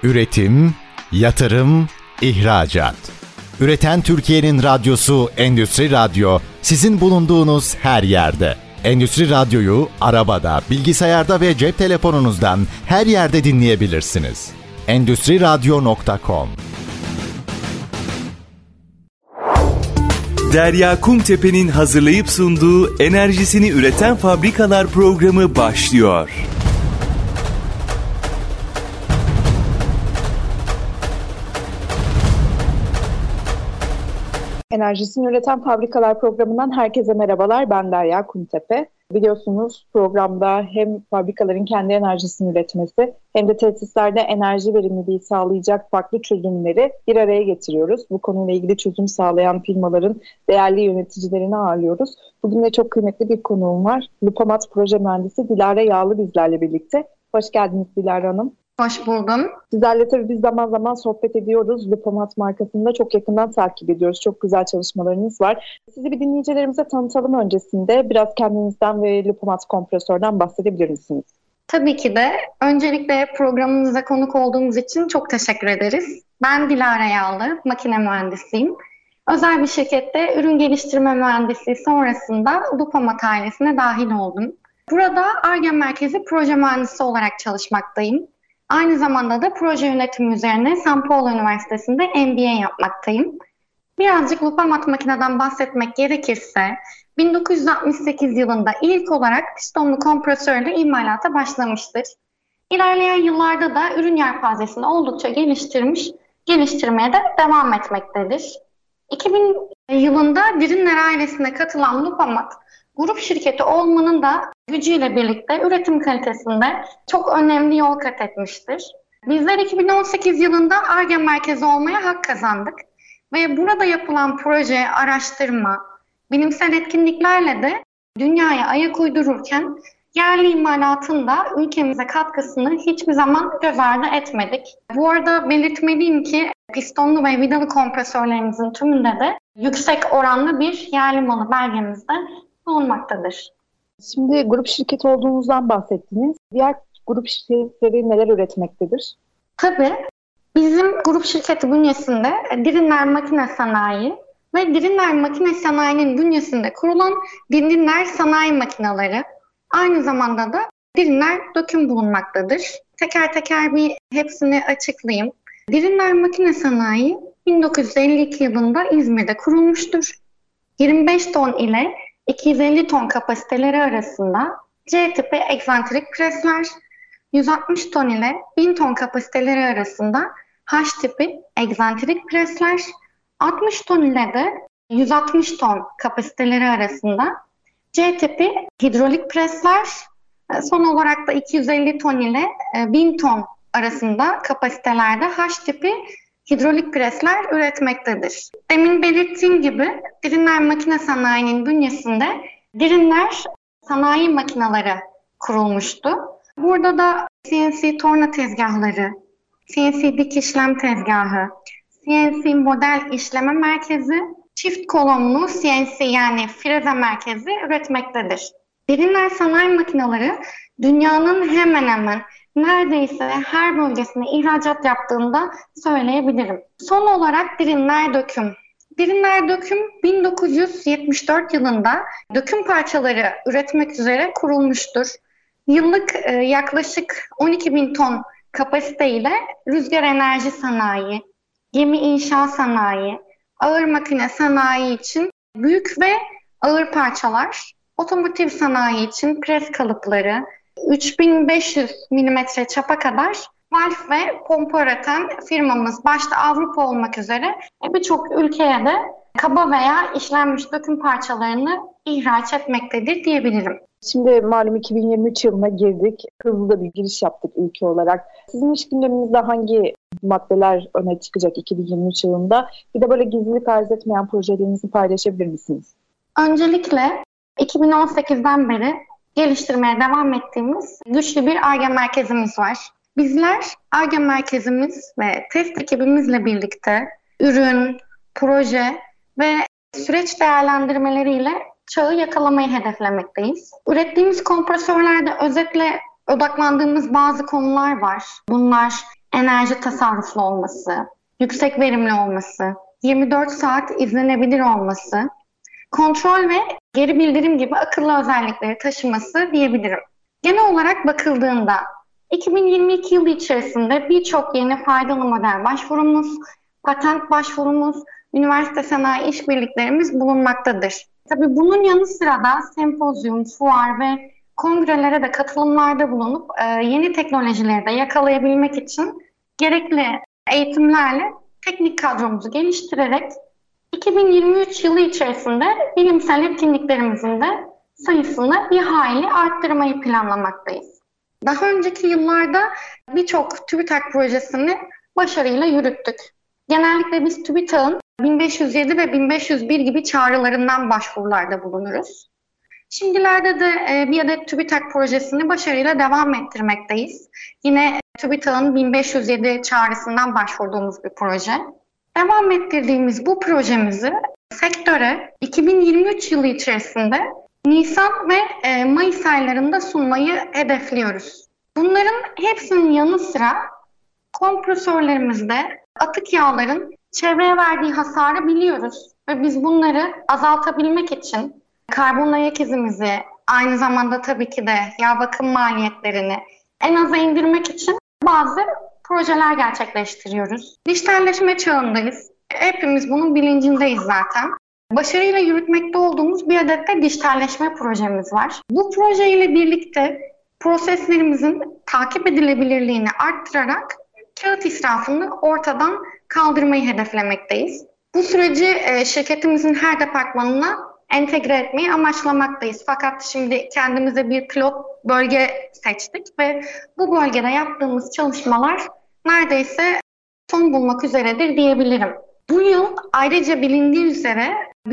Üretim, yatırım, ihracat. Üreten Türkiye'nin radyosu Endüstri Radyo, sizin bulunduğunuz her yerde. Endüstri Radyo'yu arabada, bilgisayarda ve cep telefonunuzdan her yerde dinleyebilirsiniz. Endüstriradyo.com. Derya Kumtepe'nin hazırlayıp sunduğu Enerjisini Üreten Fabrikalar programı başlıyor. Enerjisini Üreten Fabrikalar programından herkese merhabalar. Ben Derya Kumtepe. Biliyorsunuz programda hem fabrikaların kendi enerjisini üretmesi hem de tesislerde enerji verimliliği sağlayacak farklı çözümleri bir araya getiriyoruz. Bu konuyla ilgili çözüm sağlayan firmaların değerli yöneticilerini ağırlıyoruz. Bugün de çok kıymetli bir konuğum var. Lupamat Proje Mühendisi Dilara Yağlı bizlerle birlikte. Hoş geldiniz Dilara Hanım. Hoş buldum. Sizlerle tabii biz zaman zaman sohbet ediyoruz. Lupamat markasını da çok yakından takip ediyoruz. Çok güzel çalışmalarınız var. Sizi bir dinleyicilerimize tanıtalım öncesinde. Biraz kendinizden ve Lupamat kompresörden bahsedebilir misiniz? Tabii ki de. Öncelikle programımıza konuk olduğumuz için çok teşekkür ederiz. Ben Dilara Yağlı, makine mühendisiyim. Özel bir şirkette ürün geliştirme mühendisliği sonrasında Lupamat ailesine dahil oldum. Burada Ar-Ge merkezi proje mühendisi olarak çalışmaktayım. Aynı zamanda da proje yönetimi üzerine São Paulo Üniversitesi'nde MBA yapmaktayım. Birazcık Lupamat makineden bahsetmek gerekirse, 1968 yılında ilk olarak pistonlu kompresörle imalata başlamıştır. İlerleyen yıllarda da ürün yelpazesini oldukça geliştirmeye de devam etmektedir. 2000 yılında Dirinler ailesine katılan Lupamat, grup şirketi olmanın da gücüyle birlikte üretim kalitesinde çok önemli yol kat etmiştir. Bizler 2018 yılında Ar-Ge merkezi olmaya hak kazandık ve burada yapılan proje, araştırma, bilimsel etkinliklerle de dünyaya ayak uydururken yerli imalatın da ülkemize katkısını hiçbir zaman göz ardı etmedik. Bu arada belirtmeliyim ki pistonlu ve vidalı kompresörlerimizin tümünde de yüksek oranlı bir yerli malı belgemizde bulunmaktadır. Şimdi grup şirketi olduğunuzdan bahsettiniz. Diğer grup şirketleri neler üretmektedir? Tabii. Bizim grup şirketi bünyesinde Dirinler Makine Sanayi ve Dirinler Makine Sanayi'nin bünyesinde kurulan Dirinler Sanayi Makineleri, aynı zamanda da Dirinler Döküm bulunmaktadır. Teker teker bir hepsini açıklayayım. Dirinler Makine Sanayi 1952 yılında İzmir'de kurulmuştur. 25 ton ile 250 ton kapasiteleri arasında C tipi egzantrik presler, 160 ton ile 1000 ton kapasiteleri arasında H tipi egzantrik presler, 60 ton ile de 160 ton kapasiteleri arasında C tipi hidrolik presler, son olarak da 250 ton ile 1000 ton arasında kapasitelerde H tipi hidrolik presler üretmektedir. Demin belirttiğim gibi Dirinler Makine Sanayi'nin bünyesinde Dirinler Sanayi Makineleri kurulmuştu. Burada da CNC torna tezgahları, CNC dik işlem tezgahı, CNC model işleme merkezi, çift kolonlu CNC yani freze merkezi üretmektedir. Dirinler Sanayi Makineleri dünyanın hemen hemen neredeyse her bölgesine ihracat yaptığında söyleyebilirim. Son olarak Dirinler Döküm. Dirinler Döküm 1974 yılında döküm parçaları üretmek üzere kurulmuştur. Yıllık yaklaşık 12.000 ton kapasite ile rüzgar enerji sanayi, gemi inşa sanayi, ağır makine sanayi için büyük ve ağır parçalar, otomotiv sanayi için pres kalıpları, 3500 mm çapa kadar valf ve pompa üreten firmamız başta Avrupa olmak üzere birçok ülkeye de kaba veya işlenmiş döküm parçalarını ihraç etmektedir diyebilirim. Şimdi malum 2023 yılına girdik. Hızlı da bir giriş yaptık ülke olarak. Sizin iş gündeminizde hangi maddeler öne çıkacak 2023 yılında? Bir de böyle gizlilik arz etmeyen projelerinizi paylaşabilir misiniz? Öncelikle 2018'den beri geliştirmeye devam ettiğimiz güçlü bir Ar-Ge merkezimiz var. Bizler Ar-Ge merkezimiz ve test ekibimizle birlikte ürün, proje ve süreç değerlendirmeleriyle çağı yakalamayı hedeflemekteyiz. Ürettiğimiz kompresörlerde özetle odaklandığımız bazı konular var. Bunlar enerji tasarruflu olması, yüksek verimli olması, 24 saat izlenebilir olması, kontrol ve geri bildirim gibi akıllı özellikleri taşıması diyebilirim. Genel olarak bakıldığında 2022 yılı içerisinde birçok yeni faydalı model başvurumuz, patent başvurumuz, üniversite sanayi işbirliklerimiz bulunmaktadır. Tabii bunun yanı sıra da sempozyum, fuar ve kongrelere de katılımlarda bulunup yeni teknolojileri de yakalayabilmek için gerekli eğitimlerle teknik kadromuzu geliştirerek 2023 yılı içerisinde bilimsel etkinliklerimizin de sayısını bir hayli arttırmayı planlamaktayız. Daha önceki yıllarda birçok TÜBİTAK projesini başarıyla yürüttük. Genellikle biz TÜBİTAK'ın 1507 ve 1501 gibi çağrılarından başvurularda bulunuruz. Şimdilerde de bir adet TÜBİTAK projesini başarıyla devam ettirmekteyiz. Yine TÜBİTAK'ın 1507 çağrısından başvurduğumuz bir proje. Devam ettirdiğimiz bu projemizi sektöre 2023 yılı içerisinde Nisan ve Mayıs aylarında sunmayı hedefliyoruz. Bunların hepsinin yanı sıra kompresörlerimizde atık yağların çevreye verdiği hasarı biliyoruz ve biz bunları azaltabilmek için karbon ayak izimizi, aynı zamanda tabii ki de yağ bakım maliyetlerini en aza indirmek için bazı projeler gerçekleştiriyoruz. Dijitalleşme çağındayız. Hepimiz bunun bilincindeyiz zaten. Başarıyla yürütmekte olduğumuz bir adet de dijitalleşme projemiz var. Bu projeyle birlikte proseslerimizin takip edilebilirliğini arttırarak kağıt israfını ortadan kaldırmayı hedeflemekteyiz. Bu süreci şirketimizin her departmanına entegre etmeyi amaçlamaktayız. Fakat şimdi kendimize bir pilot bölge seçtik ve bu bölgede yaptığımız çalışmalar neredeyse son bulmak üzeredir diyebilirim. Bu yıl ayrıca bilindiği üzere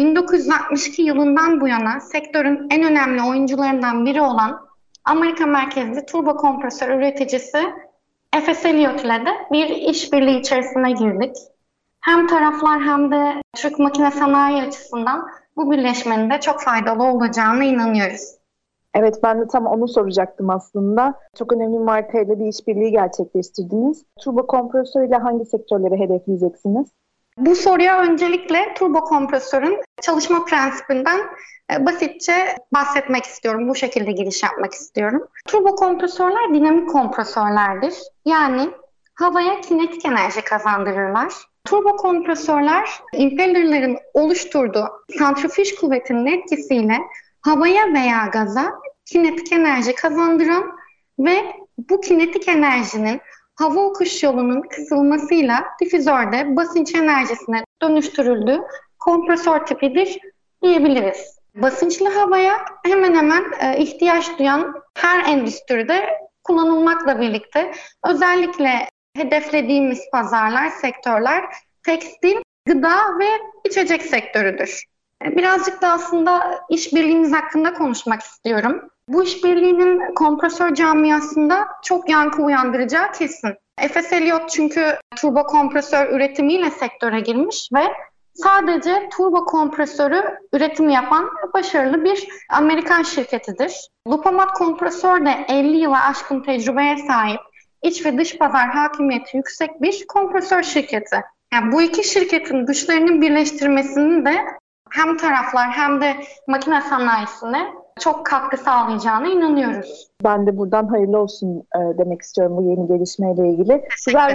1962 yılından bu yana sektörün en önemli oyuncularından biri olan Amerika merkezli turbo kompresör üreticisi Efes Elliott ile de bir işbirliği içerisine girdik. Hem taraflar hem de Türk makine sanayi açısından bu birleşmenin de çok faydalı olacağına inanıyoruz. Evet, ben de tam onu soracaktım aslında. Çok önemli bir markayla bir işbirliği gerçekleştirdiniz. Turbo kompresör ile hangi sektörleri hedefleyeceksiniz? Bu soruya öncelikle turbo kompresörün çalışma prensibinden basitçe bahsetmek istiyorum. Bu şekilde giriş yapmak istiyorum. Turbo kompresörler dinamik kompresörlerdir. Yani havaya kinetik enerji kazandırırlar. Turbo kompresörler impellerlerin oluşturduğu santrifüj kuvvetinin etkisiyle havaya veya gaza kinetik enerji kazandıran ve bu kinetik enerjinin hava akış yolunun kısılmasıyla difüzörde basınç enerjisine dönüştürüldüğü kompresör tipidir diyebiliriz. Basınçlı havaya hemen hemen ihtiyaç duyan her endüstride kullanılmakla birlikte özellikle hedeflediğimiz pazarlar, sektörler tekstil, gıda ve içecek sektörüdür. Birazcık da aslında işbirliğimiz hakkında konuşmak istiyorum. Bu işbirliğinin kompresör camiasında çok yankı uyandıracağı kesin. Efes Elliott çünkü turbo kompresör üretimiyle sektöre girmiş ve sadece turbo kompresörü üretimi yapan başarılı bir Amerikan şirketidir. Lupomat kompresör de 50 yıla aşkın tecrübeye sahip, iç ve dış pazar hakimiyeti yüksek bir kompresör şirketi. Yani bu iki şirketin güçlerinin birleştirmesinin de hem taraflar hem de makine sanayisine çok katkı sağlayacağına inanıyoruz. Ben de buradan hayırlı olsun demek istiyorum bu yeni gelişmeyle ilgili.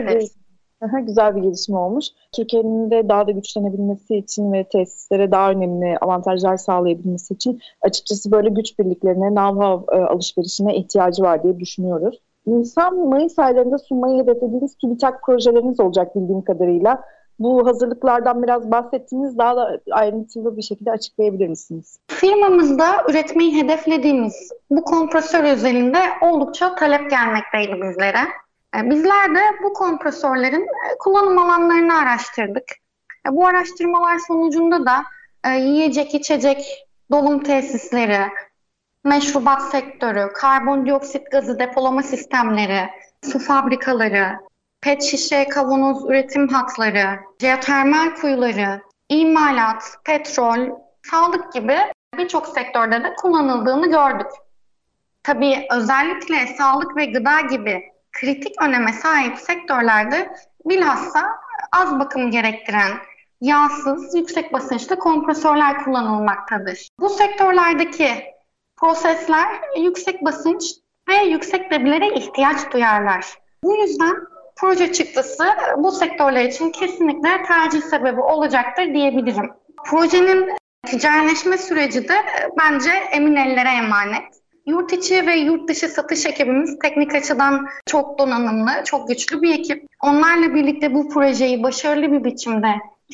Güzel bir gelişme olmuş. Türkiye'nin de daha da güçlenebilmesi için ve tesislere daha önemli avantajlar sağlayabilmesi için açıkçası böyle güç birliklerine, know-how alışverişine ihtiyacı var diye düşünüyoruz. Nisan-Mayıs aylarında sunmayı hedeflediğiniz TÜBİTAK projeleriniz olacak bildiğim kadarıyla. Bu hazırlıklardan biraz bahsettiniz. Daha da ayrıntılı bir şekilde açıklayabilir misiniz? Firmamızda üretmeyi hedeflediğimiz bu kompresör özelinde oldukça talep gelmekteydi bizlere. Bizler de bu kompresörlerin kullanım alanlarını araştırdık. Bu araştırmalar sonucunda da yiyecek, içecek, dolum tesisleri, meşrubat sektörü, karbondioksit gazı depolama sistemleri, su fabrikaları, pet şişe, kavanoz üretim hatları, jeotermal kuyuları, imalat, petrol, sağlık gibi birçok sektörde de kullanıldığını gördük. Tabii özellikle sağlık ve gıda gibi kritik öneme sahip sektörlerde bilhassa az bakım gerektiren yağsız, yüksek basınçlı kompresörler kullanılmaktadır. Bu sektörlerdeki prosesler yüksek basınç ve yüksek debilere ihtiyaç duyarlar. Bu yüzden proje çıktısı bu sektörler için kesinlikle tercih sebebi olacaktır diyebilirim. Projenin ticarileşme süreci de bence emin ellere emanet. Yurt içi ve yurt dışı satış ekibimiz teknik açıdan çok donanımlı, çok güçlü bir ekip. Onlarla birlikte bu projeyi başarılı bir biçimde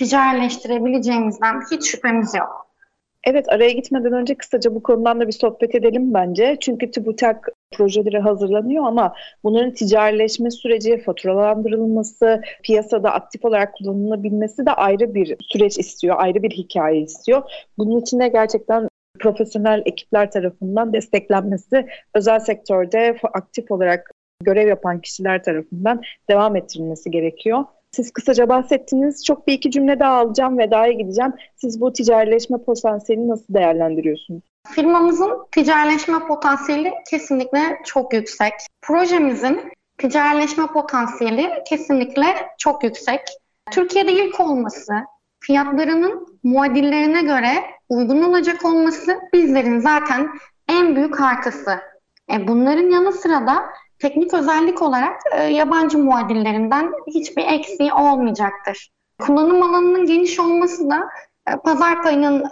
ticarileştirebileceğimizden hiç şüphemiz yok. Evet, araya gitmeden önce kısaca bu konudan da bir sohbet edelim bence. Çünkü TÜBİTAK projeleri hazırlanıyor ama bunların ticarileşme süreci, faturalandırılması, piyasada aktif olarak kullanılabilmesi de ayrı bir süreç istiyor, ayrı bir hikaye istiyor. Bunun için de gerçekten profesyonel ekipler tarafından desteklenmesi, özel sektörde aktif olarak görev yapan kişiler tarafından devam ettirilmesi gerekiyor. Siz kısaca bahsettiniz. Çok bir iki cümle daha alacağım, vedaya gideceğim. Siz bu ticarileşme potansiyelini nasıl değerlendiriyorsunuz? Firmamızın ticarileşme potansiyeli kesinlikle çok yüksek. Projemizin ticarileşme potansiyeli kesinlikle çok yüksek. Türkiye'de ilk olması, fiyatlarının muadillerine göre uygun olacak olması bizlerin zaten en büyük artısı. Bunların yanı sıra da teknik özellik olarak yabancı muadillerinden hiçbir eksiği olmayacaktır. Kullanım alanının geniş olması da pazar payının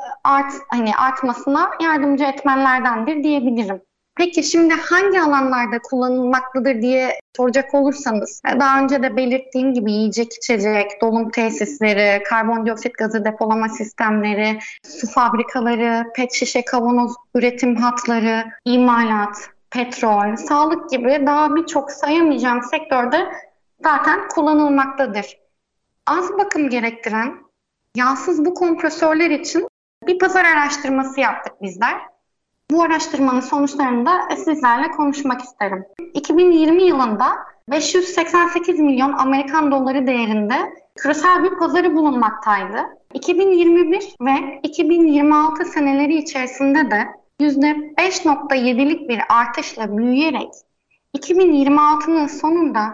artmasına yardımcı etmenlerdendir diyebilirim. Peki şimdi hangi alanlarda kullanılmaktadır diye soracak olursanız, daha önce de belirttiğim gibi yiyecek içecek, dolum tesisleri, karbondioksit gazı depolama sistemleri, su fabrikaları, pet şişe kavanoz üretim hatları, imalat, petrol, sağlık gibi daha birçok sayamayacağım sektörde zaten kullanılmaktadır. Az bakım gerektiren yağsız bu kompresörler için bir pazar araştırması yaptık bizler. Bu araştırmanın sonuçlarını da sizlerle konuşmak isterim. 2020 yılında 588 milyon Amerikan doları değerinde küresel bir pazarı bulunmaktaydı. 2021 ve 2026 seneleri içerisinde de %5.7'lik bir artışla büyüyerek 2026'nın sonunda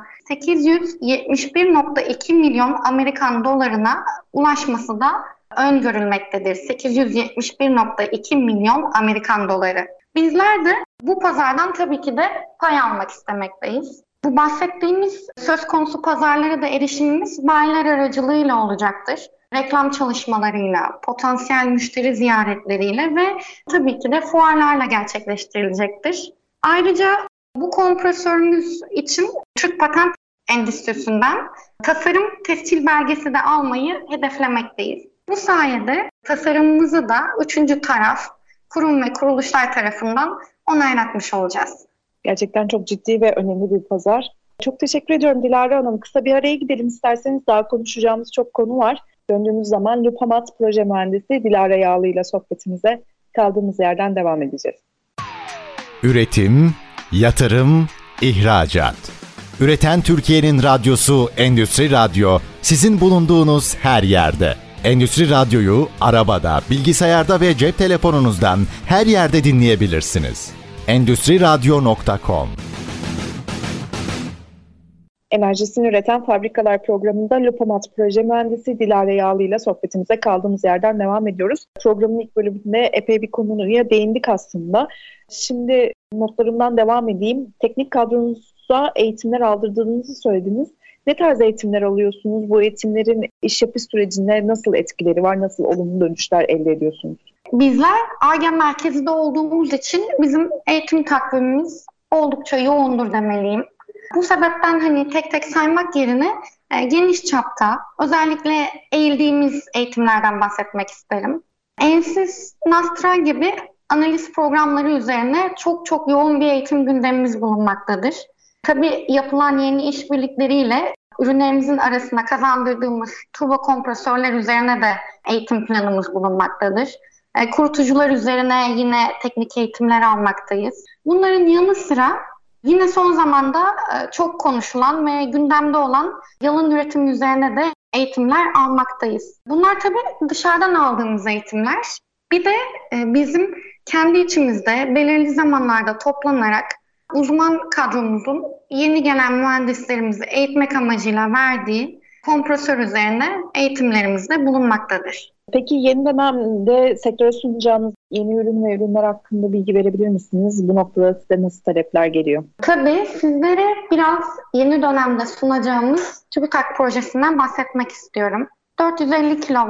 871.2 milyon Amerikan dolarına ulaşması da öngörülmektedir. 871.2 milyon Amerikan doları. Bizler de bu pazardan tabii ki de pay almak istemekteyiz. Bu bahsettiğimiz söz konusu pazarlara da erişimimiz bayiler aracılığıyla olacaktır. Reklam çalışmalarıyla, potansiyel müşteri ziyaretleriyle ve tabii ki de fuarlarla gerçekleştirilecektir. Ayrıca bu kompresörümüz için Türk Patent Endüstrisi'nden tasarım tescil belgesi de almayı hedeflemekteyiz. Bu sayede tasarımımızı da üçüncü taraf, kurum ve kuruluşlar tarafından onaylatmış olacağız. Gerçekten çok ciddi ve önemli bir pazar. Çok teşekkür ediyorum Dilara Hanım. Kısa bir araya gidelim isterseniz, daha konuşacağımız çok konu var. Döndüğümüz zaman Lupamat Proje Mühendisi Dilara Yağlı ile sohbetimize kaldığımız yerden devam edeceğiz. Üretim, yatırım, ihracat. Üreten Türkiye'nin radyosu Endüstri Radyo, sizin bulunduğunuz her yerde. Endüstri Radyo'yu arabada, bilgisayarda ve cep telefonunuzdan her yerde dinleyebilirsiniz. Endüstriradyo.com. Enerjisini üreten fabrikalar programında Lupamat Proje Mühendisi Dilara Yağlı ile sohbetimize kaldığımız yerden devam ediyoruz. Programın ilk bölümünde epey bir konuya değindik aslında. Şimdi notlarımdan devam edeyim. Teknik kadronuza eğitimler aldırdığınızı söylediniz. Ne tarz eğitimler alıyorsunuz? Bu eğitimlerin iş yapış sürecinde nasıl etkileri var? Nasıl olumlu dönüşler elde ediyorsunuz? Bizler Ar-Ge merkezinde olduğumuz için bizim eğitim takvimimiz oldukça yoğundur demeliyim. Bu sebepten tek tek saymak yerine geniş çapta özellikle eğildiğimiz eğitimlerden bahsetmek isterim. Ensys, Nastra gibi analiz programları üzerine çok yoğun bir eğitim gündemimiz bulunmaktadır. Tabii yapılan yeni işbirlikleriyle ürünlerimizin arasında kazandırdığımız turbo kompresörler üzerine de eğitim planımız bulunmaktadır. Kurutucular üzerine yine teknik eğitimler almaktayız. Bunların yanı sıra yine son zamanda çok konuşulan ve gündemde olan yalın üretim üzerine de eğitimler almaktayız. Bunlar tabii dışarıdan aldığımız eğitimler. Bir de bizim kendi içimizde belirli zamanlarda toplanarak uzman kadromuzun yeni gelen mühendislerimizi eğitmek amacıyla verdiği kompresör üzerine eğitimlerimizde bulunmaktadır. Peki yeni dönemde sektöre sunacağınız yeni ürün ve ürünler hakkında bilgi verebilir misiniz? Bu noktada size nasıl talepler geliyor? Tabii sizlere biraz yeni dönemde sunacağımız TÜBİTAK projesinden bahsetmek istiyorum. 450 kW,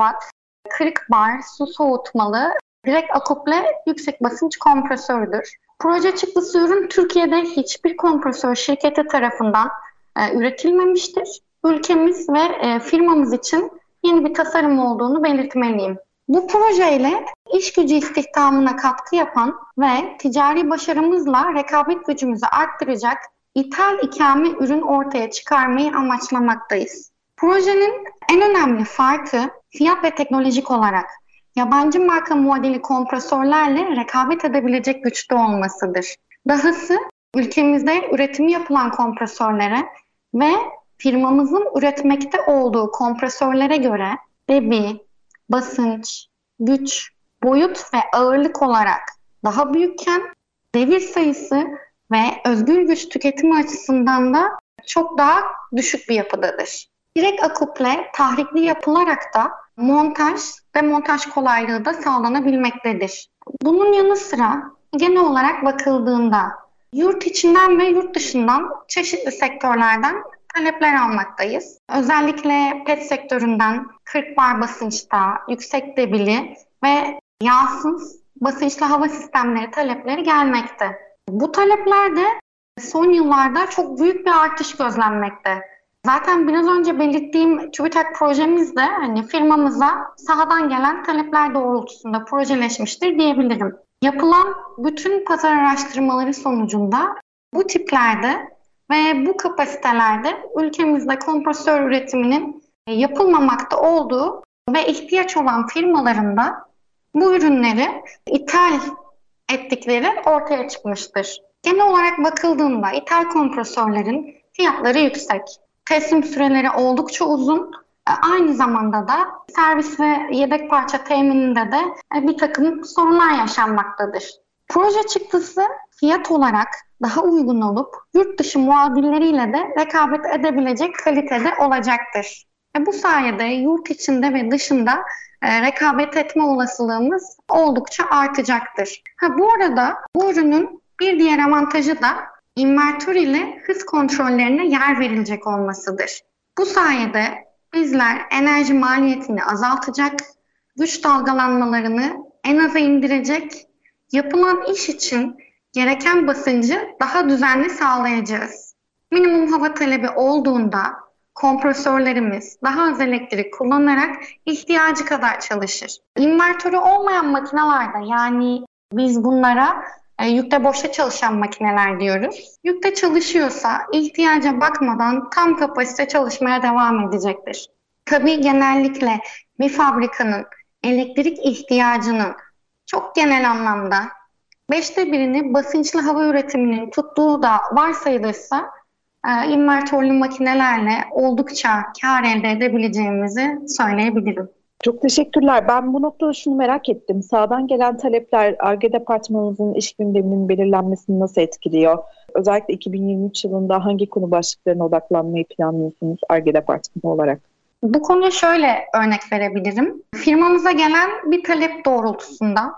40 bar su soğutmalı, direkt akuple yüksek basınç kompresördür. Proje çıktısı ürün Türkiye'de hiçbir kompresör şirketi tarafından üretilmemiştir. Ülkemiz ve firmamız için yeni bir tasarım olduğunu belirtmeliyim. Bu projeyle iş gücü istihdamına katkı yapan ve ticari başarımızla rekabet gücümüzü arttıracak ithal ikame ürün ortaya çıkarmayı amaçlamaktayız. Projenin en önemli farkı fiyat ve teknolojik olarak yabancı marka modeli kompresörlerle rekabet edebilecek güçte olmasıdır. Dahası ülkemizde üretimi yapılan kompresörlere ve firmamızın üretmekte olduğu kompresörlere göre debi, basınç, güç, boyut ve ağırlık olarak daha büyükken devir sayısı ve özgür güç tüketimi açısından da çok daha düşük bir yapıdadır. Direkt akuple tahrikli yapılarak da montaj ve montaj kolaylığı da sağlanabilmektedir. Bunun yanı sıra genel olarak bakıldığında yurt içinden ve yurt dışından çeşitli sektörlerden talepler almaktayız. Özellikle pet sektöründen 40 bar basınçta, yüksek debili ve yağsız basınçlı hava sistemleri talepleri gelmekte. Bu taleplerde son yıllarda çok büyük bir artış gözlenmekte. Zaten biraz önce belirttiğim TÜBİTAK projemizde firmamıza sahadan gelen talepler doğrultusunda projeleşmiştir diyebilirim. Yapılan bütün pazar araştırmaları sonucunda bu tiplerde ve bu kapasitelerde ülkemizde kompresör üretiminin yapılmamakta olduğu ve ihtiyaç olan firmaların da bu ürünleri ithal ettikleri ortaya çıkmıştır. Genel olarak bakıldığında ithal kompresörlerin fiyatları yüksek. Teslim süreleri oldukça uzun. Aynı zamanda da servis ve yedek parça temininde de bir takım sorunlar yaşanmaktadır. Proje çıktısı fiyat olarak daha uygun olup yurt dışı muadilleriyle de rekabet edebilecek kalitede olacaktır. Bu sayede yurt içinde ve dışında rekabet etme olasılığımız oldukça artacaktır. Bu arada bu ürünün bir diğer avantajı da invertör ile hız kontrollerine yer verilecek olmasıdır. Bu sayede bizler enerji maliyetini azaltacak, güç dalgalanmalarını en aza indirecek, yapılan iş için gereken basıncı daha düzenli sağlayacağız. Minimum hava talebi olduğunda kompresörlerimiz daha az elektrik kullanarak ihtiyacı kadar çalışır. İnvertörü olmayan makinelerde, yani biz bunlara yükte boşta çalışan makineler diyoruz. Yükte çalışıyorsa ihtiyaca bakmadan tam kapasite çalışmaya devam edecektir. Tabii genellikle bir fabrikanın elektrik ihtiyacının çok genel anlamda 5'te birini basınçlı hava üretiminin tuttuğu da varsayılırsa invertörlü makinelerle oldukça kar elde edebileceğimizi söyleyebilirim. Çok teşekkürler. Ben bu noktada şunu merak ettim. Sağdan gelen talepler Ar-Ge departmanımızın iş gündeminin belirlenmesini nasıl etkiliyor? Özellikle 2023 yılında hangi konu başlıklarına odaklanmayı planlıyorsunuz Ar-Ge departmanı olarak? Bu konuya şöyle örnek verebilirim. Firmamıza gelen bir talep doğrultusunda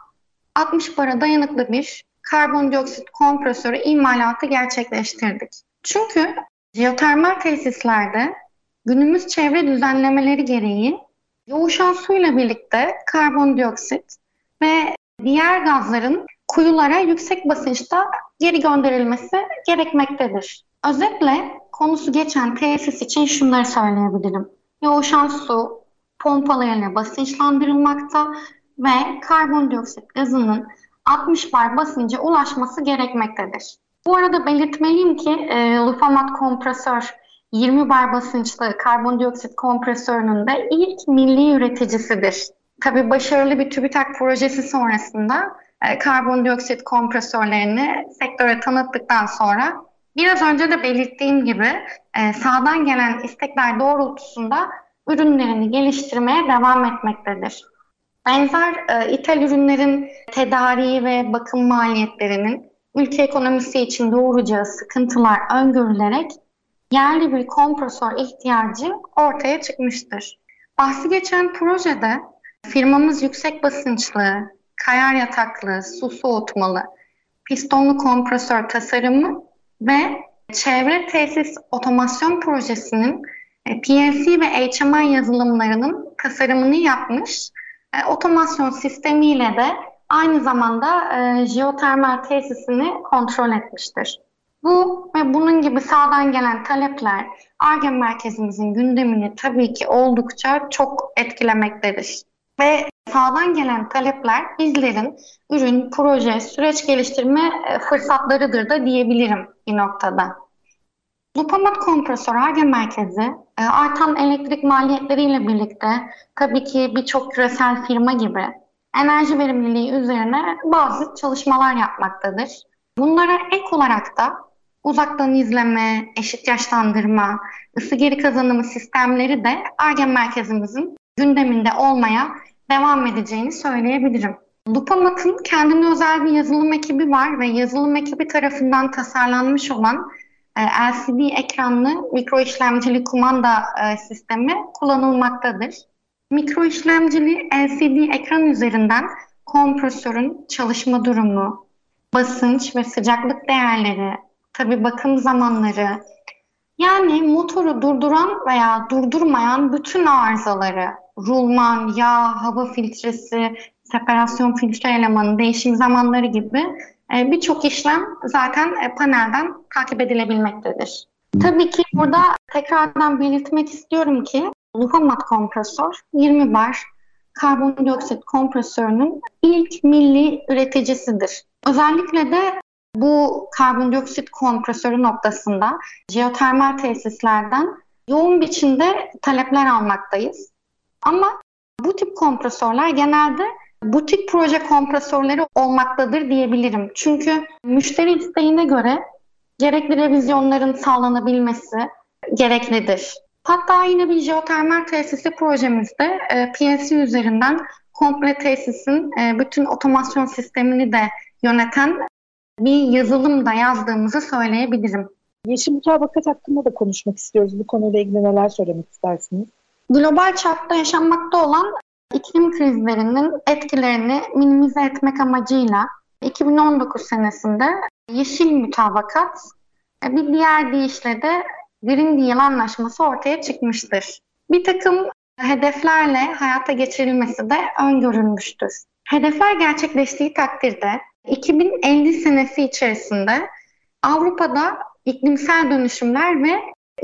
60 bara dayanıklı bir karbondioksit kompresörü imalatı gerçekleştirdik. Çünkü jeotermal tesislerde günümüz çevre düzenlemeleri gereği yoğuşan suyla birlikte karbondioksit ve diğer gazların kuyulara yüksek basınçta geri gönderilmesi gerekmektedir. Özetle konusu geçen tesis için şunları söyleyebilirim. Yoğuşan su pompalarıyla basınçlandırılmakta ve karbondioksit gazının 60 bar basınca ulaşması gerekmektedir. Bu arada belirtmeliyim ki Lufamat kompresör 20 bar basınçlı karbondioksit kompresörünün de ilk milli üreticisidir. Tabii başarılı bir TÜBİTAK projesi sonrasında karbondioksit kompresörlerini sektöre tanıttıktan sonra biraz önce de belirttiğim gibi sağdan gelen istekler doğrultusunda ürünlerini geliştirmeye devam etmektedir. Benzer ithal ürünlerin tedariği ve bakım maliyetlerinin ülke ekonomisi için doğuracağı sıkıntılar öngörülerek yerli bir kompresör ihtiyacı ortaya çıkmıştır. Bahsi geçen projede firmamız yüksek basınçlı, kayar yataklı, su soğutmalı, pistonlu kompresör tasarımı ve çevre tesis otomasyon projesinin PLC ve HMI yazılımlarının tasarımını yapmış. Otomasyon sistemiyle de aynı zamanda jeotermal tesisini kontrol etmiştir. Bu ve bunun gibi sağdan gelen talepler Ar-Ge merkezimizin gündemini tabii ki oldukça çok etkilemektedir. Ve sağdan gelen talepler bizlerin ürün, proje, süreç geliştirme fırsatlarıdır da diyebilirim bir noktada. Lupamat Kompresör Ar-Ge merkezi artan elektrik maliyetleriyle birlikte tabii ki birçok küresel firma gibi enerji verimliliği üzerine bazı çalışmalar yapmaktadır. Bunlara ek olarak da uzaktan izleme, eşit yaşlandırma, ısı geri kazanımı sistemleri de Ar-Ge merkezimizin gündeminde olmaya devam edeceğini söyleyebilirim. Lupamat'ın kendine özel bir yazılım ekibi var ve yazılım ekibi tarafından tasarlanmış olan LCD ekranlı mikro işlemcili kumanda sistemi kullanılmaktadır. Mikro işlemcili LCD ekran üzerinden kompresörün çalışma durumu, basınç ve sıcaklık değerleri, tabii bakım zamanları, yani motoru durduran veya durdurmayan bütün arızaları, rulman, yağ, hava filtresi, separasyon filtre elemanı, değişim zamanları gibi birçok işlem zaten panelden takip edilebilmektedir. Tabii ki burada tekrardan belirtmek istiyorum ki Lupamat kompresör 20 bar karbondioksit kompresörünün ilk milli üreticisidir. Özellikle de bu karbondioksit kompresörü noktasında jeotermal tesislerden yoğun biçimde talepler almaktayız. Ama bu tip kompresörler genelde butik proje kompresörleri olmaktadır diyebilirim. Çünkü müşteri isteğine göre gerekli revizyonların sağlanabilmesi gereklidir. Hatta yine bir jeotermal tesisi projemizde PLC üzerinden komple tesisin bütün otomasyon sistemini de yöneten bir yazılım da yazdığımızı söyleyebilirim. Yeşil mutabakat hakkında da konuşmak istiyoruz. Bu konuyla ilgili neler söylemek istersiniz? Global çapta yaşanmakta olan iklim krizlerinin etkilerini minimize etmek amacıyla 2019 senesinde Yeşil Mutabakat, bir diğer deyişle de Green Deal Anlaşması ortaya çıkmıştır. Bir takım hedeflerle hayata geçirilmesi de öngörülmüştür. Hedefler gerçekleştiği takdirde 2050 senesi içerisinde Avrupa'da iklimsel dönüşümler ve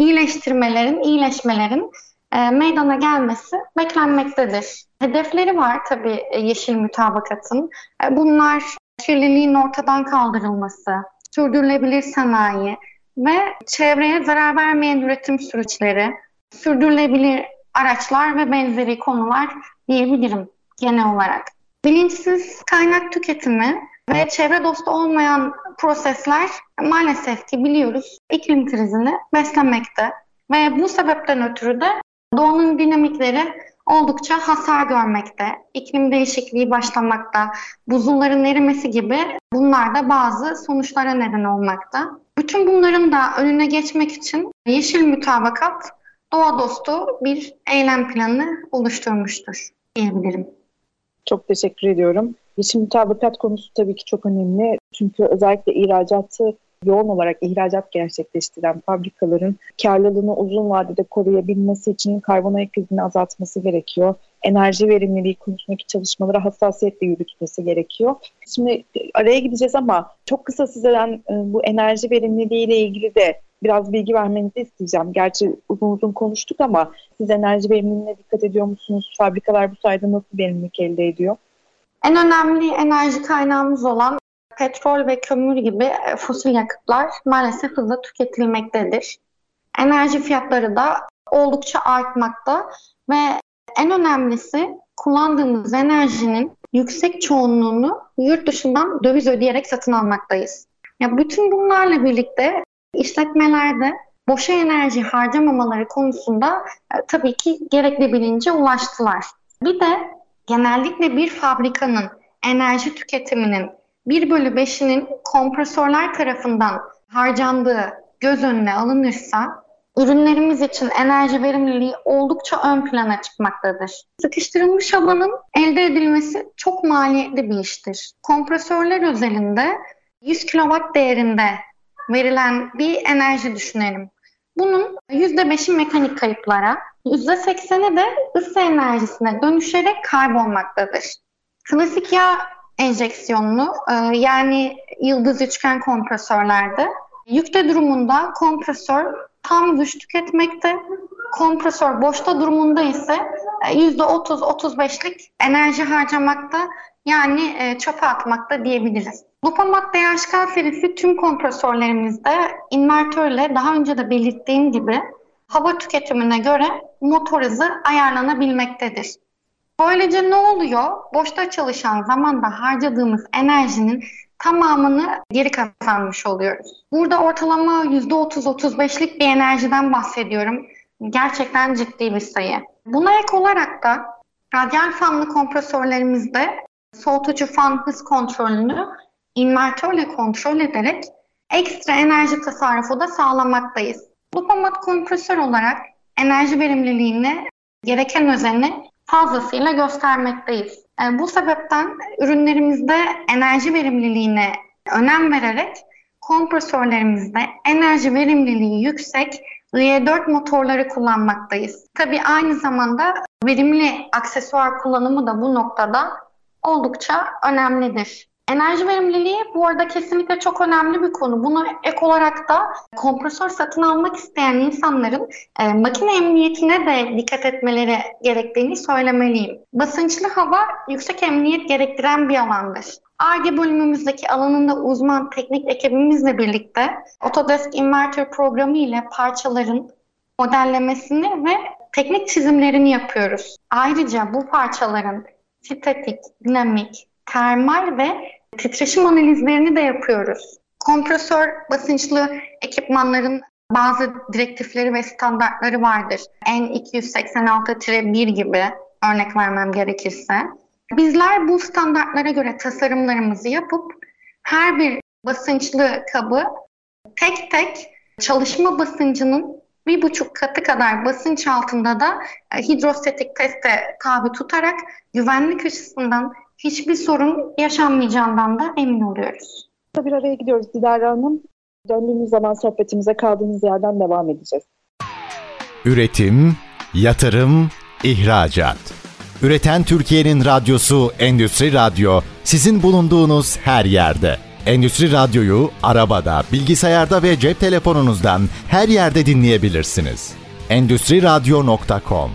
iyileşmelerin meydana gelmesi beklenmektedir. Hedefleri var tabii Yeşil Mutabakat'ın. Bunlar kirliliğin ortadan kaldırılması, sürdürülebilir sanayi ve çevreye zarar vermeyen üretim süreçleri, sürdürülebilir araçlar ve benzeri konular diyebilirim genel olarak. Bilinçsiz kaynak tüketimi ve çevre dostu olmayan prosesler maalesef ki biliyoruz iklim krizini beslemekte ve bu sebepten ötürü de doğanın dinamikleri oldukça hasar görmekte. İklim değişikliği başlamakta, buzulların erimesi gibi bunlar da bazı sonuçlara neden olmakta. Bütün bunların da önüne geçmek için Yeşil Mutabakat doğa dostu bir eylem planı oluşturmuştur diyebilirim. Çok teşekkür ediyorum. Yeşil mutabakat konusu tabii ki çok önemli. Çünkü özellikle ihracatı yoğun olarak ihracat gerçekleştiren fabrikaların karlılığını uzun vadede koruyabilmesi için karbon ayak izini azaltması gerekiyor. Enerji verimliliği konusundaki çalışmalara hassasiyetle yürütmesi gerekiyor. Şimdi araya gideceğiz ama çok kısa sizden bu enerji verimliliği ile ilgili de biraz bilgi vermenizi isteyeceğim. Gerçi uzun konuştuk ama siz enerji verimliliğine dikkat ediyor musunuz? Fabrikalar bu sayede nasıl verimlilik elde ediyor? En önemli enerji kaynağımız olan petrol ve kömür gibi fosil yakıtlar maalesef hızla tüketilmektedir. Enerji fiyatları da oldukça artmakta ve en önemlisi kullandığımız enerjinin yüksek çoğunluğunu yurt dışından döviz ödeyerek satın almaktayız. Ya bütün bunlarla birlikte işletmelerde boşa enerji harcamamaları konusunda tabii ki gerekli bilince ulaştılar. Bir de genellikle bir fabrikanın enerji tüketiminin 1/5'inin kompresörler tarafından harcandığı göz önüne alınırsa ürünlerimiz için enerji verimliliği oldukça ön plana çıkmaktadır. Sıkıştırılmış havanın elde edilmesi çok maliyetli bir iştir. Kompresörler özelinde 100 kW değerinde verilen bir enerji düşünelim. Bunun %5'i mekanik kayıplara, %80'i de ısı enerjisine dönüşerek kaybolmaktadır. Klasik yağ enjeksiyonlu yani yıldız üçgen kompresörlerde yükte durumunda kompresör tam güç tüketmekte, kompresör boşta durumunda ise %30-35'lik enerji harcamakta, yani çöpe atmakta diyebiliriz. Lupamat DHK serisi tüm kompresörlerimizde invertörle daha önce de belirttiğim gibi hava tüketimine göre motor hızı ayarlanabilmektedir. Böylece ne oluyor? Boşta çalışan zamanda harcadığımız enerjinin tamamını geri kazanmış oluyoruz. Burada ortalama %30-35'lik bir enerjiden bahsediyorum. Gerçekten ciddi bir sayı. Buna ek olarak da radyal fanlı kompresörlerimizde soğutucu fan hız kontrolünü invertörle kontrol ederek ekstra enerji tasarrufu da sağlamaktayız. Lupamat kompresör olarak enerji verimliliğini gereken özeni fazlasıyla göstermekteyiz. Bu sebepten ürünlerimizde enerji verimliliğine önem vererek kompresörlerimizde enerji verimliliği yüksek IE4 motorları kullanmaktayız. Tabii aynı zamanda verimli aksesuar kullanımı da bu noktada oldukça önemlidir. Enerji verimliliği bu arada kesinlikle çok önemli bir konu. Buna ek olarak da kompresör satın almak isteyen insanların makine emniyetine de dikkat etmeleri gerektiğini söylemeliyim. Basınçlı hava yüksek emniyet gerektiren bir alandır. Ar-Ge bölümümüzdeki alanında uzman teknik ekibimizle birlikte Autodesk Inverter programı ile parçaların modellemesini ve teknik çizimlerini yapıyoruz. Ayrıca bu parçaların statik, dinamik, termal ve titreşim analizlerini de yapıyoruz. Kompresör basınçlı ekipmanların bazı direktifleri ve standartları vardır. N286-1 gibi örnek vermem gerekirse. Bizler bu standartlara göre tasarımlarımızı yapıp her bir basınçlı kabı tek tek çalışma basıncının 1,5 katı kadar basınç altında da hidrostatik teste tabi tutarak güvenlik açısından hiçbir sorun yaşanmayacağından da emin oluyoruz. Bir araya gidiyoruz Dilara Hanım. Döndüğümüz zaman sohbetimize kaldığımız yerden devam edeceğiz. Üretim, yatırım, ihracat. Üreten Türkiye'nin radyosu Endüstri Radyo, sizin bulunduğunuz her yerde. Endüstri Radyo'yu arabada, bilgisayarda ve cep telefonunuzdan her yerde dinleyebilirsiniz. Endüstriradyo.com.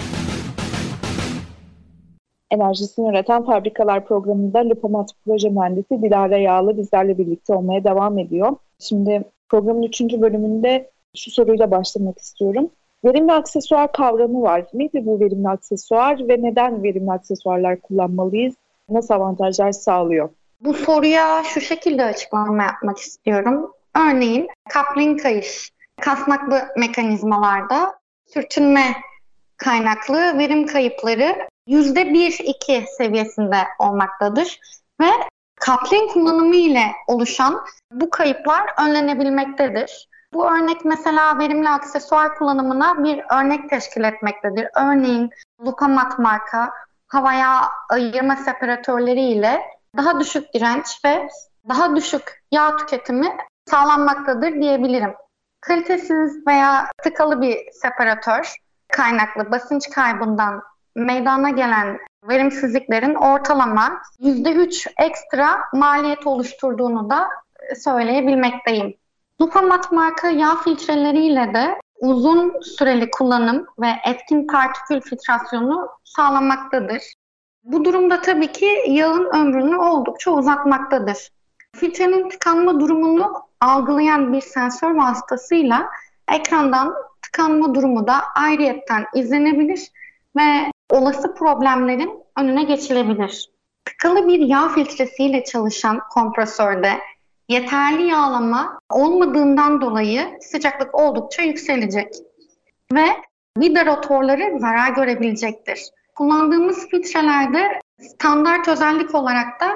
Enerjisini üreten fabrikalar programında Lupamat proje mühendisi Dilara Yağlı bizlerle birlikte olmaya devam ediyor. Şimdi programın 3. bölümünde şu soruyla başlamak istiyorum. Verimli aksesuar kavramı var. Nedir bu verimli aksesuar ve neden verimli aksesuarlar kullanmalıyız? Nasıl avantajlar sağlıyor? Bu soruya şu şekilde açıklama yapmak istiyorum. Örneğin coupling kayış, kasnaklı mekanizmalarda sürtünme kaynaklı verim kayıpları %1-2 seviyesinde olmaktadır ve coupling kullanımı ile oluşan bu kayıplar önlenebilmektedir. Bu örnek mesela verimli aksesuar kullanımına bir örnek teşkil etmektedir. Örneğin Lupamat marka havaya ayırma separatörleri ile daha düşük direnç ve daha düşük yağ tüketimi sağlanmaktadır diyebilirim. Kalitesiz veya tıkalı bir separatör kaynaklı basınç kaybından meydana gelen verimsizliklerin ortalama %3 ekstra maliyet oluşturduğunu da söyleyebilmekteyim. Lupamat marka yağ filtreleriyle de uzun süreli kullanım ve etkin partikül filtrasyonu sağlamaktadır. Bu durumda tabii ki yağın ömrünü oldukça uzatmaktadır. Filtrenin tıkanma durumunu algılayan bir sensör vasıtasıyla ekrandan tıkanma durumu da ayrıyetten izlenebilir ve olası problemlerin önüne geçilebilir. Tıkalı bir yağ filtresiyle çalışan kompresörde yeterli yağlama olmadığından dolayı sıcaklık oldukça yükselecek ve vida rotorları zarar görebilecektir. Kullandığımız filtrelerde standart özellik olarak da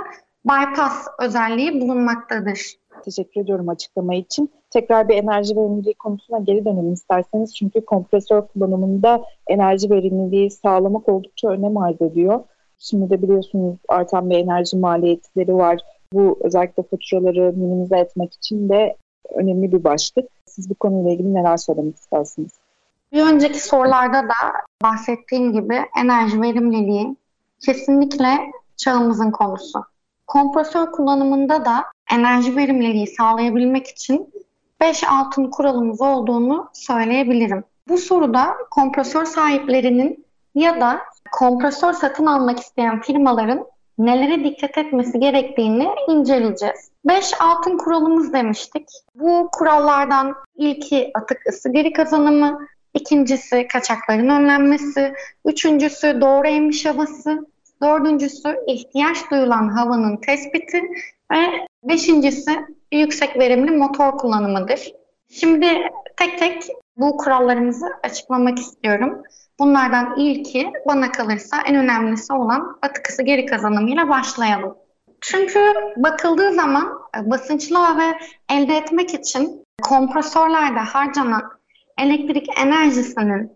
bypass özelliği bulunmaktadır. Teşekkür ediyorum açıklama için. Tekrar bir enerji verimliliği konusuna geri dönelim isterseniz. Çünkü kompresör kullanımında enerji verimliliği sağlamak oldukça önem arz ediyor. Şimdi de biliyorsunuz artan bir enerji maliyetleri var. Bu özellikle faturaları minimize etmek için de önemli bir başlık. Siz bu konuyla ilgili neler söylemek istersiniz? Bir önceki sorularda da bahsettiğim gibi enerji verimliliği kesinlikle çağımızın konusu. Kompresör kullanımında da enerji verimliliği sağlayabilmek için 5 altın kuralımız olduğunu söyleyebilirim. Bu soruda kompresör sahiplerinin ya da kompresör satın almak isteyen firmaların nelere dikkat etmesi gerektiğini inceleyeceğiz. 5 altın kuralımız demiştik. Bu kurallardan ilki atık ısı geri kazanımı, ikincisi kaçakların önlenmesi, üçüncüsü doğru emiş havası, dördüncüsü ihtiyaç duyulan havanın tespiti ve beşincisi yüksek verimli motor kullanımıdır. Şimdi tek tek bu kurallarımızı açıklamak istiyorum. Bunlardan ilki bana kalırsa en önemlisi olan atık ısı geri kazanımıyla başlayalım. Çünkü bakıldığı zaman basınçlı hava elde etmek için kompresörlerde harcanan elektrik enerjisinin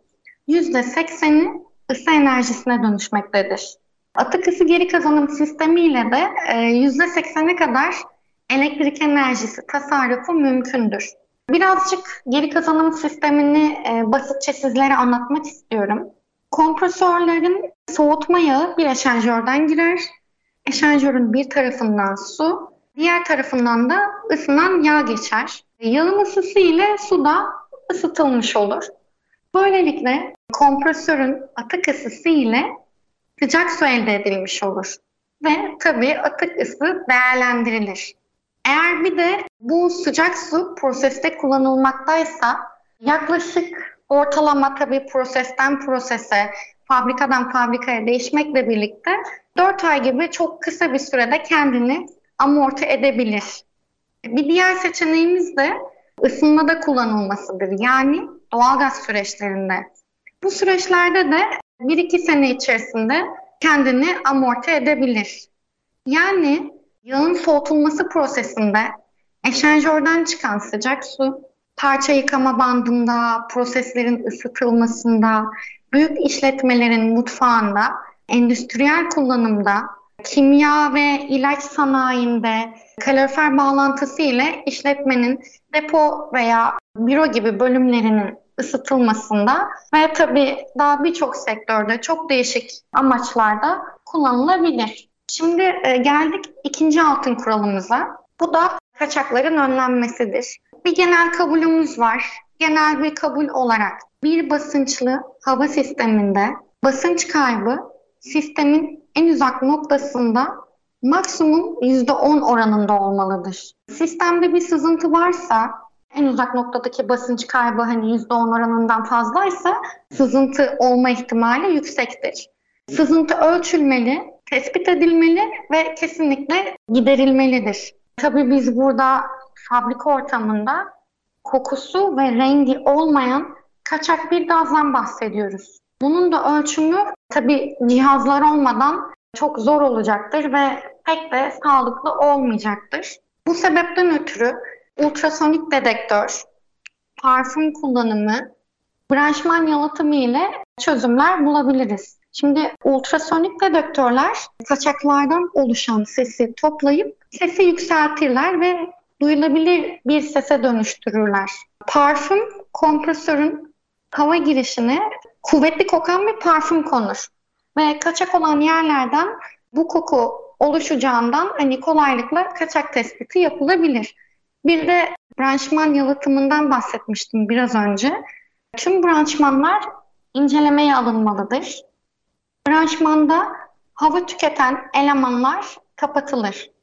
%80'i ısı enerjisine dönüşmektedir. Atık ısı geri kazanım sistemiyle de %80'e kadar elektrik enerjisi tasarrufu mümkündür. Birazcık geri kazanım sistemini basitçe sizlere anlatmak istiyorum. Kompresörlerin soğutma yağı bir eşanjörden girer. Eşanjörün bir tarafından su, diğer tarafından da ısınan yağ geçer. Yağın ısısı ile su da ısıtılmış olur. Böylelikle kompresörün atık ısısı ile sıcak su elde edilmiş olur. Ve tabii atık ısı değerlendirilir. Eğer bir de bu sıcak su proseste kullanılmaktaysa yaklaşık ortalama tabii prosesten prosese, fabrikadan fabrikaya değişmekle birlikte 4 ay gibi çok kısa bir sürede kendini amorti edebilir. Bir diğer seçeneğimiz de ısınmada kullanılmasıdır. Yani doğalgaz süreçlerinde. Bu süreçlerde de 1-2 sene içerisinde kendini amorti edebilir. Yani yağın soğutulması prosesinde eşanjörden çıkan sıcak su, parça yıkama bandında, proseslerin ısıtılmasında, büyük işletmelerin mutfağında, endüstriyel kullanımda, kimya ve ilaç sanayinde, kalorifer bağlantısı ile işletmenin depo veya büro gibi bölümlerinin ısıtılmasında ve tabii daha birçok sektörde çok değişik amaçlarda kullanılabilir. Şimdi geldik ikinci altın kuralımıza. Bu da kaçakların önlenmesidir. Bir genel kabulümüz var. Genel bir kabul olarak bir basınçlı hava sisteminde basınç kaybı sistemin en uzak noktasında maksimum %10 oranında olmalıdır. Sistemde bir sızıntı varsa en uzak noktadaki basınç kaybı %10 oranından fazlaysa sızıntı olma ihtimali yüksektir. Sızıntı ölçülmeli, tespit edilmeli ve kesinlikle giderilmelidir. Tabii biz burada fabrika ortamında kokusu ve rengi olmayan kaçak bir gazdan bahsediyoruz. Bunun da ölçümü tabii cihazlar olmadan çok zor olacaktır ve pek de sağlıklı olmayacaktır. Bu sebepten ötürü ultrasonik dedektör, parfüm kullanımı, branşman yalıtımı ile çözümler bulabiliriz. Şimdi ultrasonik dedektörler kaçaklardan oluşan sesi toplayıp sesi yükseltirler ve duyulabilir bir sese dönüştürürler. Parfüm kompresörün hava girişine kuvvetli kokan bir parfüm konur. Ve kaçak olan yerlerden bu koku oluşacağından kolaylıkla kaçak tespiti yapılabilir. Bir de branşman yalıtımından bahsetmiştim biraz önce. Tüm branşmanlar incelemeye alınmalıdır. Branşmanda hava tüketen elemanlar kapatılır.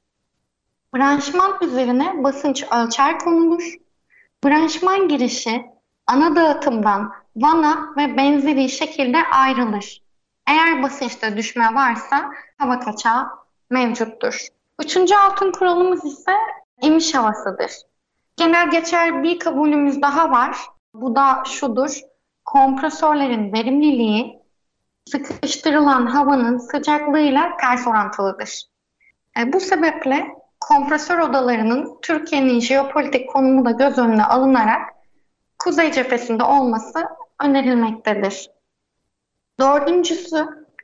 Branşman üzerine basınç ölçer konulur. Branşman girişi ana dağıtımdan vana ve benzeri şekilde ayrılır. Eğer basınçta düşme varsa hava kaçağı mevcuttur. Üçüncü altın kuralımız ise emiş havasıdır. Genel geçer bir kabulümüz daha var. Bu da şudur. Kompresörlerin verimliliği sıkıştırılan havanın sıcaklığıyla ters orantılıdır. Bu sebeple kompresör odalarının Türkiye'nin jeopolitik konumu da göz önüne alınarak kuzey cephesinde olması önerilmektedir. Dördüncüsü,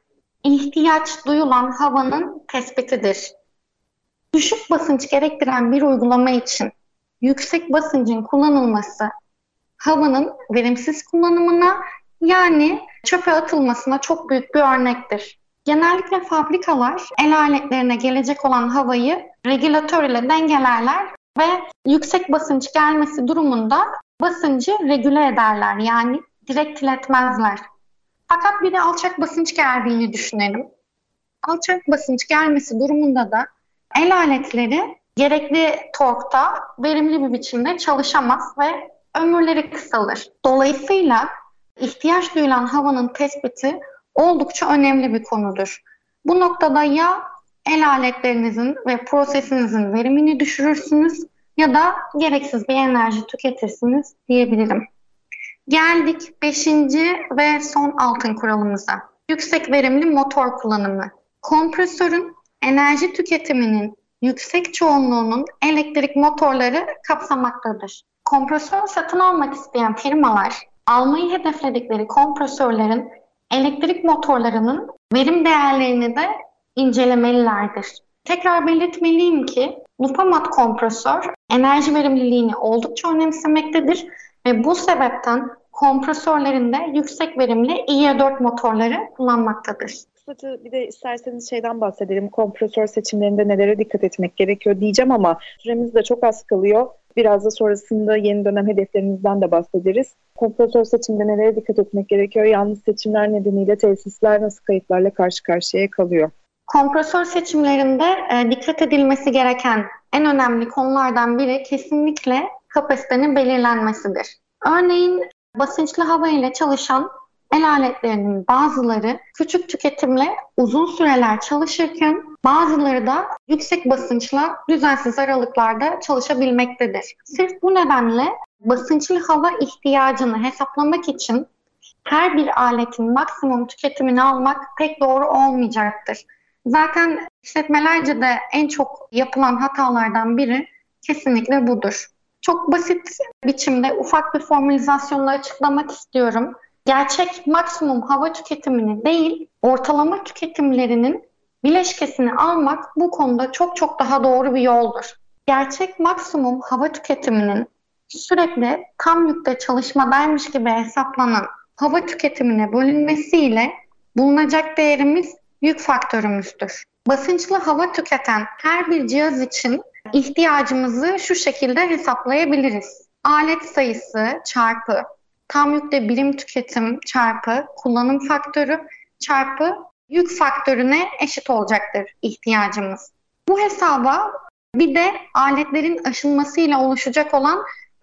ihtiyaç duyulan havanın tespitidir. Düşük basınç gerektiren bir uygulama için yüksek basıncın kullanılması havanın verimsiz kullanımına, yani çöpe atılmasına çok büyük bir örnektir. Genellikle fabrikalar el aletlerine gelecek olan havayı regülatör ile dengelerler ve yüksek basınç gelmesi durumunda basıncı regüle ederler, yani direkt iletmezler. Fakat bir de alçak basınç geldiğini düşünelim. Alçak basınç gelmesi durumunda da el aletleri gerekli torkta verimli bir biçimde çalışamaz ve ömürleri kısalır. Dolayısıyla ihtiyaç duyulan havanın tespiti oldukça önemli bir konudur. Bu noktada ya el aletlerinizin ve prosesinizin verimini düşürürsünüz ya da gereksiz bir enerji tüketirsiniz diyebilirim. Geldik 5. ve son altın kuralımıza. Yüksek verimli motor kullanımı. Kompresörün enerji tüketiminin yüksek çoğunluğunun elektrik motorları kapsamaktadır. Kompresör satın almak isteyen firmalar almayı hedefledikleri kompresörlerin elektrik motorlarının verim değerlerini de incelemelilerdir. Tekrar belirtmeliyim ki Lupamat kompresör enerji verimliliğini oldukça önemsemektedir ve bu sebepten kompresörlerinde yüksek verimli IE4 motorları kullanmaktadır. Bir de isterseniz şeyden bahsedelim. Kompresör seçimlerinde nelere dikkat etmek gerekiyor diyeceğim ama süremiz de çok az kalıyor. Biraz da sonrasında yeni dönem hedeflerimizden de bahsederiz. Kompresör seçiminde nelere dikkat etmek gerekiyor? Yanlış seçimler nedeniyle tesisler nasıl kayıplarla karşı karşıya kalıyor? Kompresör seçimlerinde dikkat edilmesi gereken en önemli konulardan biri kesinlikle kapasitenin belirlenmesidir. Örneğin basınçlı hava ile çalışan el aletlerinin bazıları küçük tüketimle uzun süreler çalışırken bazıları da yüksek basınçla düzensiz aralıklarda çalışabilmektedir. Sırf bu nedenle basınçlı hava ihtiyacını hesaplamak için her bir aletin maksimum tüketimini almak pek doğru olmayacaktır. Zaten işletmelerce de en çok yapılan hatalardan biri kesinlikle budur. Çok basit biçimde ufak bir formülizasyonla açıklamak istiyorum. Gerçek maksimum hava tüketimini değil, ortalama tüketimlerinin bileşkesini almak bu konuda çok çok daha doğru bir yoldur. Gerçek maksimum hava tüketiminin sürekli tam yükte çalışmadaymış gibi hesaplanan hava tüketimine bölünmesiyle bulunacak değerimiz yük faktörümüzdür. Basınçlı hava tüketen her bir cihaz için ihtiyacımızı şu şekilde hesaplayabiliriz. Alet sayısı çarpı tam yükte birim tüketim çarpı kullanım faktörü çarpı yük faktörüne eşit olacaktır ihtiyacımız. Bu hesaba bir de aletlerin aşınmasıyla oluşacak olan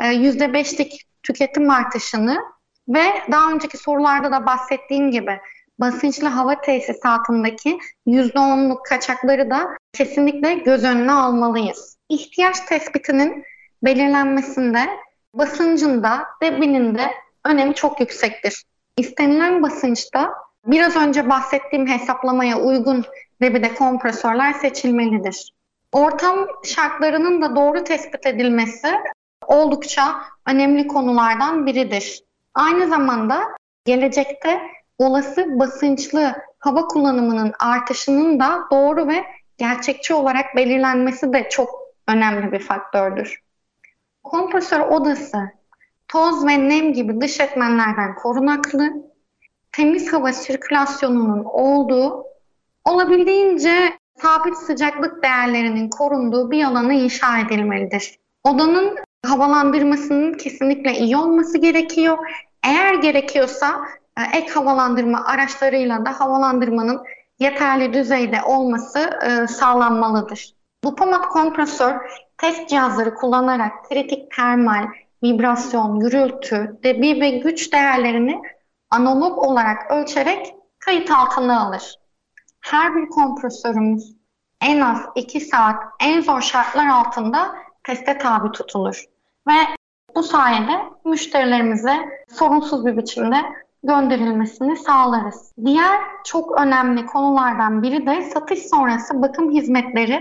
%5'lik tüketim artışını ve daha önceki sorularda da bahsettiğim gibi basınçlı hava tesisatındaki %10'luk kaçakları da kesinlikle göz önüne almalıyız. İhtiyaç tespitinin belirlenmesinde basıncın da debinin de önemi çok yüksektir. İstenilen basınçta biraz önce bahsettiğim hesaplamaya uygun debide kompresörler seçilmelidir. Ortam şartlarının da doğru tespit edilmesi oldukça önemli konulardan biridir. Aynı zamanda gelecekte olası basınçlı hava kullanımının artışının da doğru ve gerçekçi olarak belirlenmesi de çok önemli bir faktördür. Kompresör odası toz ve nem gibi dış etmenlerden korunaklı, temiz hava sirkülasyonunun olduğu, olabildiğince sabit sıcaklık değerlerinin korunduğu bir alana inşa edilmelidir. Odanın havalandırmasının kesinlikle iyi olması gerekiyor. Eğer gerekiyorsa ek havalandırma araçlarıyla da havalandırmanın yeterli düzeyde olması sağlanmalıdır. Lupamat kompresör test cihazları kullanarak kritik termal, vibrasyon, gürültü, debi ve güç değerlerini analog olarak ölçerek kayıt altına alır. Her bir kompresörümüz en az 2 saat en zor şartlar altında teste tabi tutulur. Ve bu sayede müşterilerimize sorunsuz bir biçimde gönderilmesini sağlarız. Diğer çok önemli konulardan biri de satış sonrası bakım hizmetleri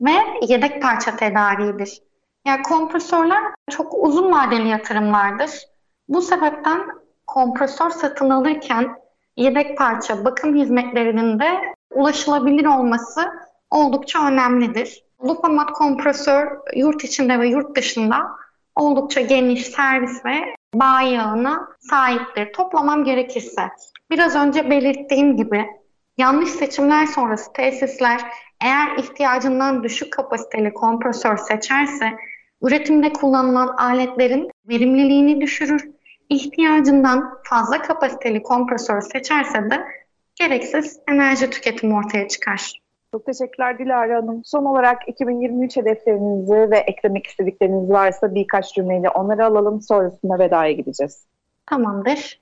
ve yedek parça tedariğidir. Yani kompresörler çok uzun vadeli yatırımlardır. Bu sebepten kompresör satın alırken yedek parça bakım hizmetlerinin de ulaşılabilir olması oldukça önemlidir. Lupamat kompresör yurt içinde ve yurt dışında oldukça geniş servis ve bayi ağına sahiptir. Toplamam gerekirse biraz önce belirttiğim gibi yanlış seçimler sonrası tesisler eğer ihtiyacından düşük kapasiteli kompresör seçerse üretimde kullanılan aletlerin verimliliğini düşürür. İhtiyacından fazla kapasiteli kompresör seçerse de gereksiz enerji tüketimi ortaya çıkar. Çok teşekkürler Dilara Hanım. Son olarak 2023 hedeflerinizi ve eklemek istedikleriniz varsa birkaç cümleyle onları alalım. Sonrasında vedaya gideceğiz. Tamamdır.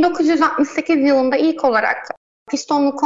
1968 yılında ilk olarak pistonlu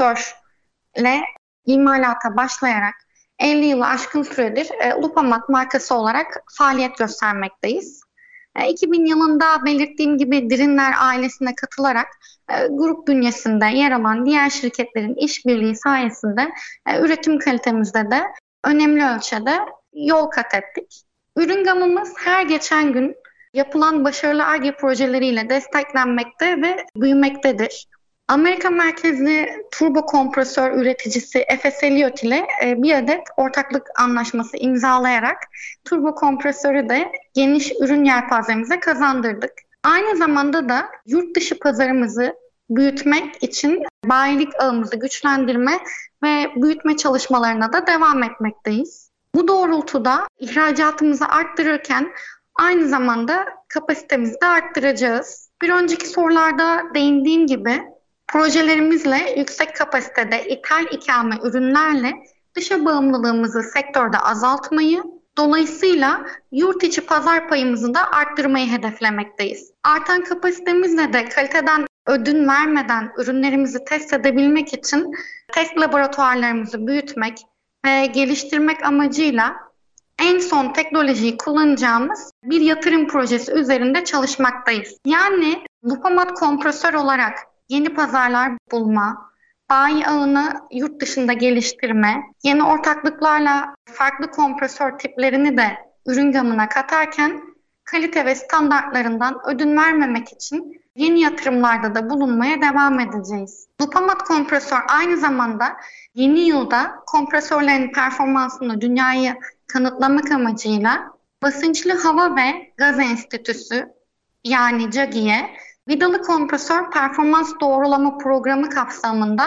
kompresörle imalata başlayarak 50 yılı aşkın süredir Lupamat markası olarak faaliyet göstermekteyiz. 2000 yılında belirttiğim gibi Dirinler ailesine katılarak grup bünyesinde yer alan diğer şirketlerin işbirliği sayesinde üretim kalitemizde de önemli ölçüde yol kat ettik. Ürün gamımız her geçen gün yapılan başarılı Ar-Ge projeleriyle desteklenmekte ve büyümektedir. Amerika merkezli turbo kompresör üreticisi Efes Elliott ile bir adet ortaklık anlaşması imzalayarak turbo kompresörü de geniş ürün yelpazemize kazandırdık. Aynı zamanda da yurt dışı pazarımızı büyütmek için bayilik ağımızı güçlendirme ve büyütme çalışmalarına da devam etmekteyiz. Bu doğrultuda ihracatımızı arttırırken aynı zamanda kapasitemizi de arttıracağız. Bir önceki sorularda değindiğim gibi projelerimizle yüksek kapasitede ithal ikame ürünlerle dışa bağımlılığımızı sektörde azaltmayı, dolayısıyla yurt içi pazar payımızı da arttırmayı hedeflemekteyiz. Artan kapasitemizle de kaliteden ödün vermeden ürünlerimizi test edebilmek için test laboratuvarlarımızı büyütmek ve geliştirmek amacıyla en son teknolojiyi kullanacağımız bir yatırım projesi üzerinde çalışmaktayız. Yani Lupamat kompresör olarak yeni pazarlar bulma, bayi ağını yurt dışında geliştirme, yeni ortaklıklarla farklı kompresör tiplerini de ürün gamına katarken kalite ve standartlarından ödün vermemek için yeni yatırımlarda da bulunmaya devam edeceğiz. Lupamat kompresör aynı zamanda yeni yılda kompresörlerin performansını dünyaya kanıtlamak amacıyla Basınçlı Hava ve Gaz Enstitüsü yani CAGİ'ye vidalı kompresör performans doğrulama programı kapsamında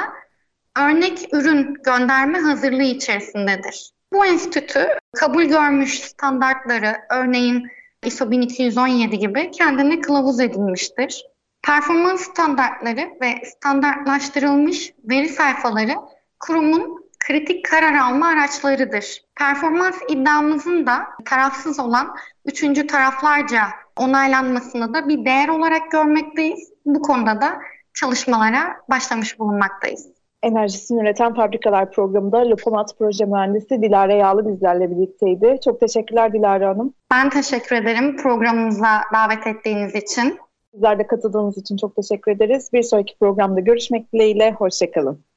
örnek ürün gönderme hazırlığı içerisindedir. Bu enstitü kabul görmüş standartları örneğin ISO 1217 gibi kendine kılavuz edinmiştir. Performans standartları ve standartlaştırılmış veri sayfaları kurumun kritik karar alma araçlarıdır. Performans iddiamızın da tarafsız olan üçüncü taraflarca onaylanmasını da bir değer olarak görmekteyiz. Bu konuda da çalışmalara başlamış bulunmaktayız. Enerjisini Üreten Fabrikalar programında Lupamat Proje Mühendisi Dilara Yağlı bizlerle birlikteydi. Çok teşekkürler Dilara Hanım. Ben teşekkür ederim programımıza davet ettiğiniz için. Sizler de katıldığınız için çok teşekkür ederiz. Bir sonraki programda görüşmek dileğiyle. Hoşça kalın.